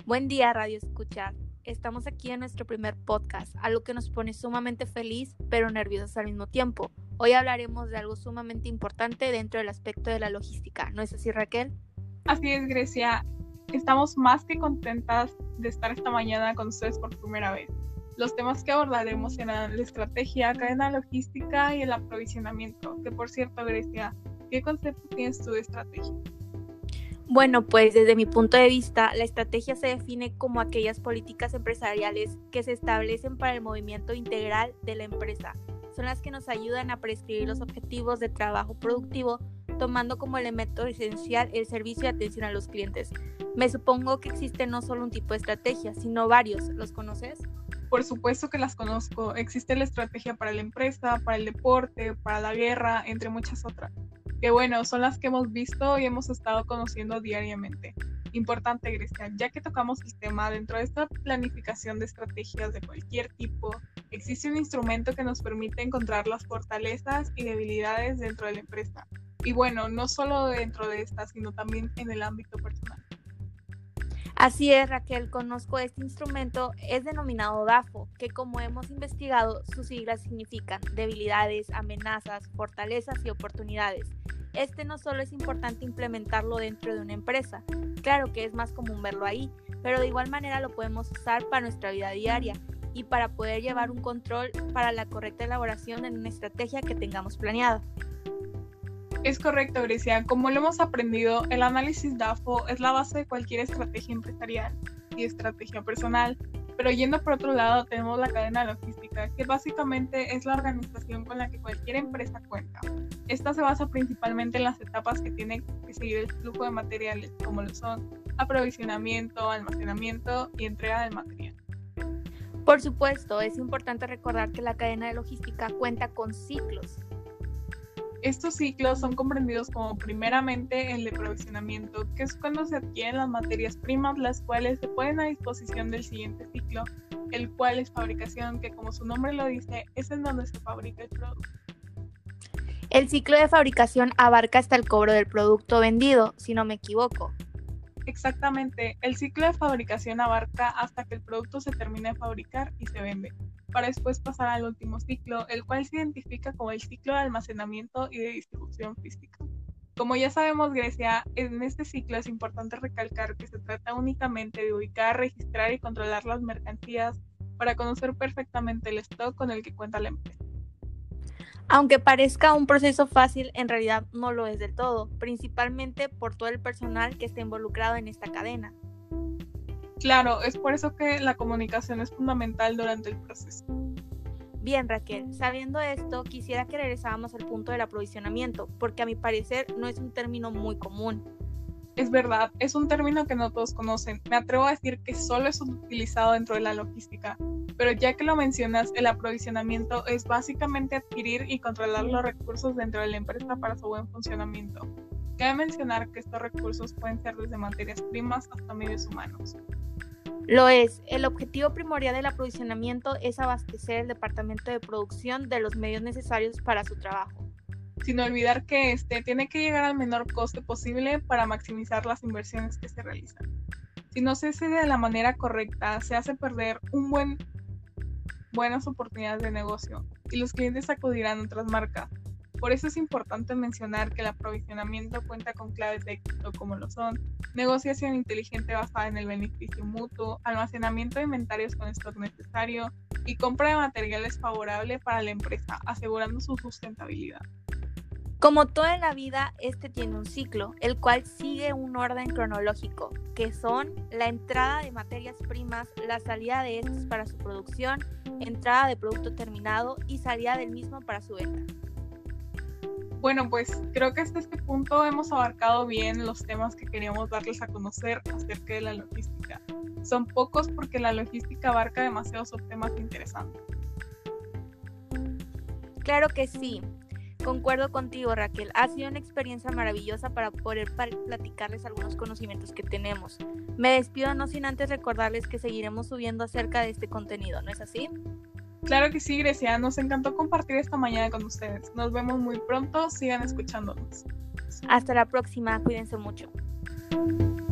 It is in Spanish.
Buen día, Radio Escuchar. Estamos aquí en nuestro primer podcast, algo que nos pone sumamente feliz, pero nerviosos al mismo tiempo. Hoy hablaremos de algo sumamente importante dentro del aspecto de la logística, ¿no es así, Raquel? Así es, Grecia. Estamos más que contentas de estar esta mañana con ustedes por primera vez. Los temas que abordaremos serán la estrategia, cadena logística y el aprovisionamiento. Que por cierto, Grecia, ¿qué concepto tienes tú de estrategia? Bueno, pues desde mi punto de vista, la estrategia se define como aquellas políticas empresariales que se establecen para el movimiento integral de la empresa. Son las que nos ayudan a prescribir los objetivos de trabajo productivo, tomando como elemento esencial el servicio y atención a los clientes. Me supongo que existe no solo un tipo de estrategia, sino varios. ¿Los conoces? Por supuesto que las conozco. Existe la estrategia para la empresa, para el deporte, para la guerra, entre muchas otras. Que bueno, son las que hemos visto y hemos estado conociendo diariamente. Importante, Grecia, ya que tocamos el tema, dentro de esta planificación de estrategias de cualquier tipo, existe un instrumento que nos permite encontrar las fortalezas y debilidades dentro de la empresa. Y bueno, no solo dentro de esta, sino también en el ámbito personal. Así es, Raquel, conozco este instrumento, es denominado DAFO, que como hemos investigado, sus siglas significan debilidades, amenazas, fortalezas y oportunidades. Este no solo es importante implementarlo dentro de una empresa, claro que es más común verlo ahí, pero de igual manera lo podemos usar para nuestra vida diaria y para poder llevar un control para la correcta elaboración en una estrategia que tengamos planeada. Es correcto, Grecia. Como lo hemos aprendido, el análisis DAFO es la base de cualquier estrategia empresarial y estrategia personal. Pero yendo por otro lado, tenemos la cadena logística, que básicamente es la organización con la que cualquier empresa cuenta. Esta se basa principalmente en las etapas que tiene que seguir el flujo de materiales, como lo son aprovisionamiento, almacenamiento y entrega del material. Por supuesto, es importante recordar que la cadena de logística cuenta con ciclos. Estos ciclos son comprendidos como primeramente el de aprovisionamiento, que es cuando se adquieren las materias primas, las cuales se ponen a disposición del siguiente ciclo, el cual es fabricación, que como su nombre lo dice, es en donde se fabrica el producto. El ciclo de fabricación abarca hasta el cobro del producto vendido, si no me equivoco. Exactamente, el ciclo de fabricación abarca hasta que el producto se termina de fabricar y se vende, para después pasar al último ciclo, el cual se identifica como el ciclo de almacenamiento y de distribución física. Como ya sabemos, Grecia, en este ciclo es importante recalcar que se trata únicamente de ubicar, registrar y controlar las mercancías para conocer perfectamente el stock con el que cuenta la empresa. Aunque parezca un proceso fácil, en realidad no lo es del todo, principalmente por todo el personal que está involucrado en esta cadena. Claro, es por eso que la comunicación es fundamental durante el proceso. Bien, Raquel, sabiendo esto, quisiera que regresáramos al punto del aprovisionamiento, porque a mi parecer no es un término muy común. Es verdad, es un término que no todos conocen. Me atrevo a decir que solo es utilizado dentro de la logística, pero ya que lo mencionas, el aprovisionamiento es básicamente adquirir y controlar los recursos dentro de la empresa para su buen funcionamiento. Cabe mencionar que estos recursos pueden ser desde materias primas hasta medios humanos. Lo es, el objetivo primordial del aprovisionamiento es abastecer el departamento de producción de los medios necesarios para su trabajo. Sin olvidar que este tiene que llegar al menor coste posible para maximizar las inversiones que se realizan. Si no se hace de la manera correcta, se hace perder buenas oportunidades de negocio y los clientes acudirán a otras marcas. Por eso es importante mencionar que el aprovisionamiento cuenta con claves de éxito como lo son negociación inteligente basada en el beneficio mutuo, almacenamiento de inventarios con stock necesario y compra de materiales favorable para la empresa, asegurando su sustentabilidad. Como todo en la vida, este tiene un ciclo, el cual sigue un orden cronológico, que son la entrada de materias primas, la salida de estos para su producción, entrada de producto terminado y salida del mismo para su venta. Bueno, pues creo que hasta este punto hemos abarcado bien los temas que queríamos darles a conocer acerca de la logística. Son pocos porque la logística abarca demasiados subtemas interesantes. Claro que sí. Concuerdo contigo, Raquel. Ha sido una experiencia maravillosa para poder platicarles algunos conocimientos que tenemos. Me despido no sin antes recordarles que seguiremos subiendo acerca de este contenido, ¿no es así? Claro que sí, Grecia. Nos encantó compartir esta mañana con ustedes. Nos vemos muy pronto. Sigan escuchándonos. Hasta la próxima. Cuídense mucho.